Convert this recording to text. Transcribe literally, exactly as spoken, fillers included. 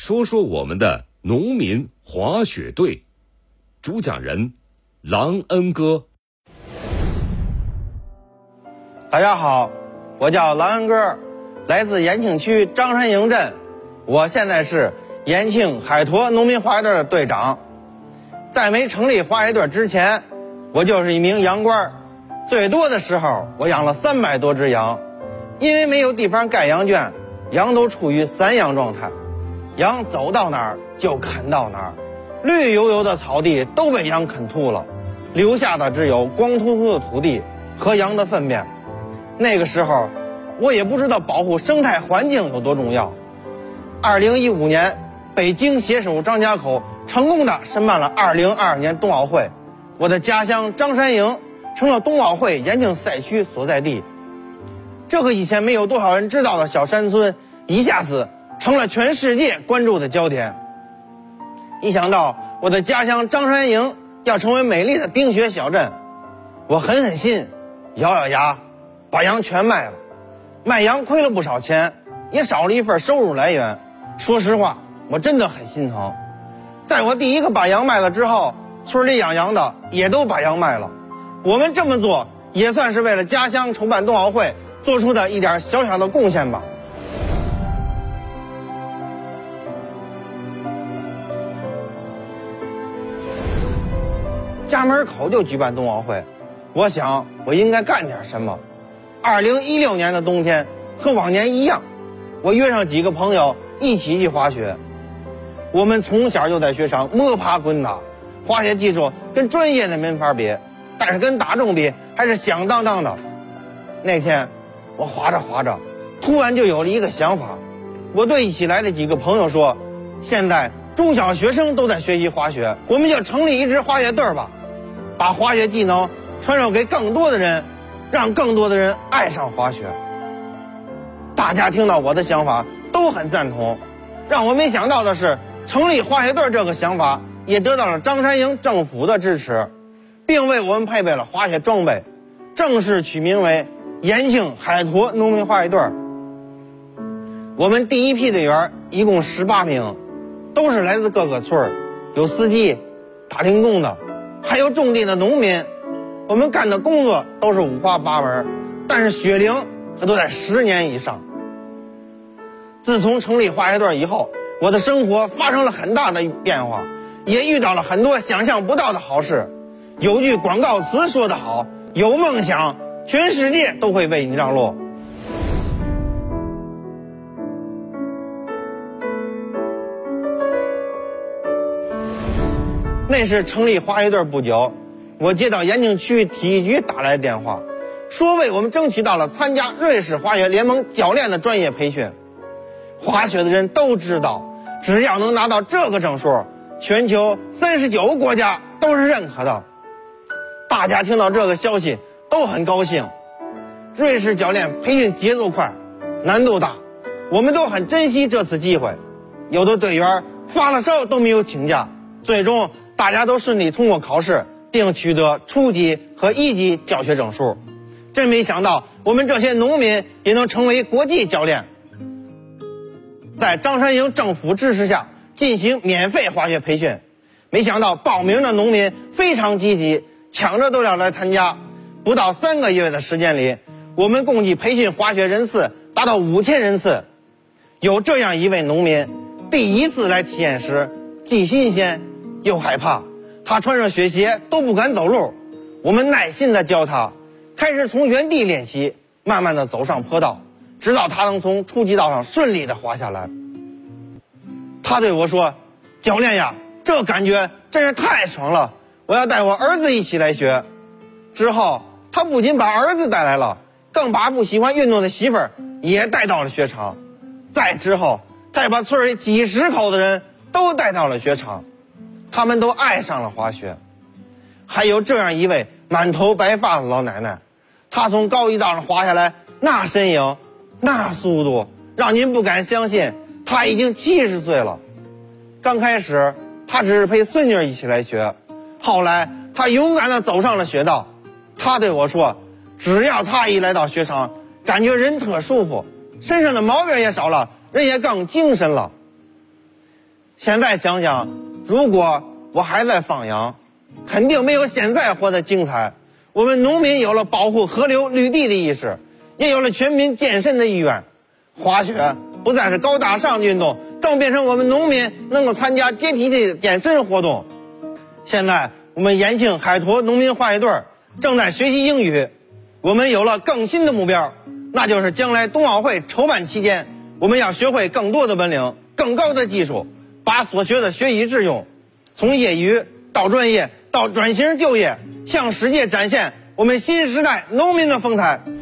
说说我们的农民滑雪队。主讲人郎恩哥。 大家好，我叫郎恩哥，来自延庆区张山营镇，我现在是延庆海坨农民滑雪队的队长。在没成立滑雪队之前，我就是一名羊倌，最多的时候我养了三百多只羊。因为没有地方盖羊圈，羊都处于散养状态，羊走到哪儿就啃到哪儿，绿油油的草地都被羊啃秃了，留下的只有光秃秃的土地和羊的粪便。那个时候我也不知道保护生态环境有多重要。二零一五年北京携手张家口成功的申办了二零二二年冬奥会，我的家乡张山营成了冬奥会延庆赛区所在地。这个以前没有多少人知道的小山村，一下子成了全世界关注的焦点。一想到我的家乡张山营要成为美丽的冰雪小镇，我狠狠心，咬咬牙，把羊全卖了。卖羊亏了不少钱，也少了一份收入来源。说实话，我真的很心疼。在我第一个把羊卖了之后，村里养羊的也都把羊卖了。我们这么做也算是为了家乡筹办冬奥会做出的一点小小的贡献吧。家门口就举办冬奥会，我想我应该干点什么。二零一六年的冬天和往年一样，我约上几个朋友一起去滑雪。我们从小就在雪场摸爬滚打，滑雪技术跟专业的没法比，但是跟大众比还是响当当的。那天我滑着滑着，突然就有了一个想法。我对一起来的几个朋友说，现在中小学生都在学习滑雪，我们就成立一支滑雪队吧，把滑雪技能传授给更多的人，让更多的人爱上滑雪。大家听到我的想法都很赞同。让我没想到的是，成立滑雪队这个想法也得到了张山营政府的支持，并为我们配备了滑雪装备，正式取名为延庆海坨农民滑雪队。我们第一批队员一共十八名，都是来自各个村儿，有司机、打零工的，还有种地的农民。我们干的工作都是五花八门，但是学龄可都在十年以上。自从成立滑雪队以后，我的生活发生了很大的变化，也遇到了很多想象不到的好事。有句广告词说得好，有梦想，全世界都会为你让路。那是成立滑雪队不久，我接到延庆区体育局打来电话，说为我们争取到了参加瑞士滑雪联盟教练的专业培训。滑雪的人都知道，只要能拿到这个证书，全球三十九个国家都是认可的。大家听到这个消息都很高兴。瑞士教练培训节奏快，难度大，我们都很珍惜这次机会。有的队员发了烧都没有请假，最终大家都顺利通过考试，并取得初级和一级教学证书。真没想到我们这些农民也能成为国际教练。在张山营政府支持下进行免费滑雪培训，没想到报名的农民非常积极，抢着都要来参加。不到三个月的时间里，我们共计培训滑雪人次达到五千人次。有这样一位农民，第一次来体验时既新鲜又害怕，他穿上雪鞋都不敢走路。我们耐心地教他，开始从原地练习，慢慢地走上坡道，直到他能从初级道上顺利地滑下来。他对我说，教练呀，这感觉真是太爽了，我要带我儿子一起来学。之后他不仅把儿子带来了，更把不喜欢运动的媳妇儿也带到了雪场。再之后他也把村里几十口的人都带到了雪场，他们都爱上了滑雪。还有这样一位满头白发的老奶奶，她从高一道上滑下来，那身影那速度让您不敢相信，她已经七十岁了。刚开始她只是陪孙女一起来学，后来她勇敢地走上了雪道。她对我说，只要她一来到雪场，感觉人特舒服，身上的毛病也少了，人也更精神了。 现在想想，如果我还在放羊，肯定没有现在活得精彩。我们农民有了保护河流绿地的意识，也有了全民健身的意愿。滑雪不再是高大上的运动，更变成我们农民能够参加阶梯的健身活动。现在我们延庆海坨农民滑雪队正在学习英语，我们有了更新的目标，那就是将来冬奥会筹办期间，我们要学会更多的本领，更高的技术，把所学的学以致用，从业余到专业到转型就业，向世界展现我们新时代农民的风采。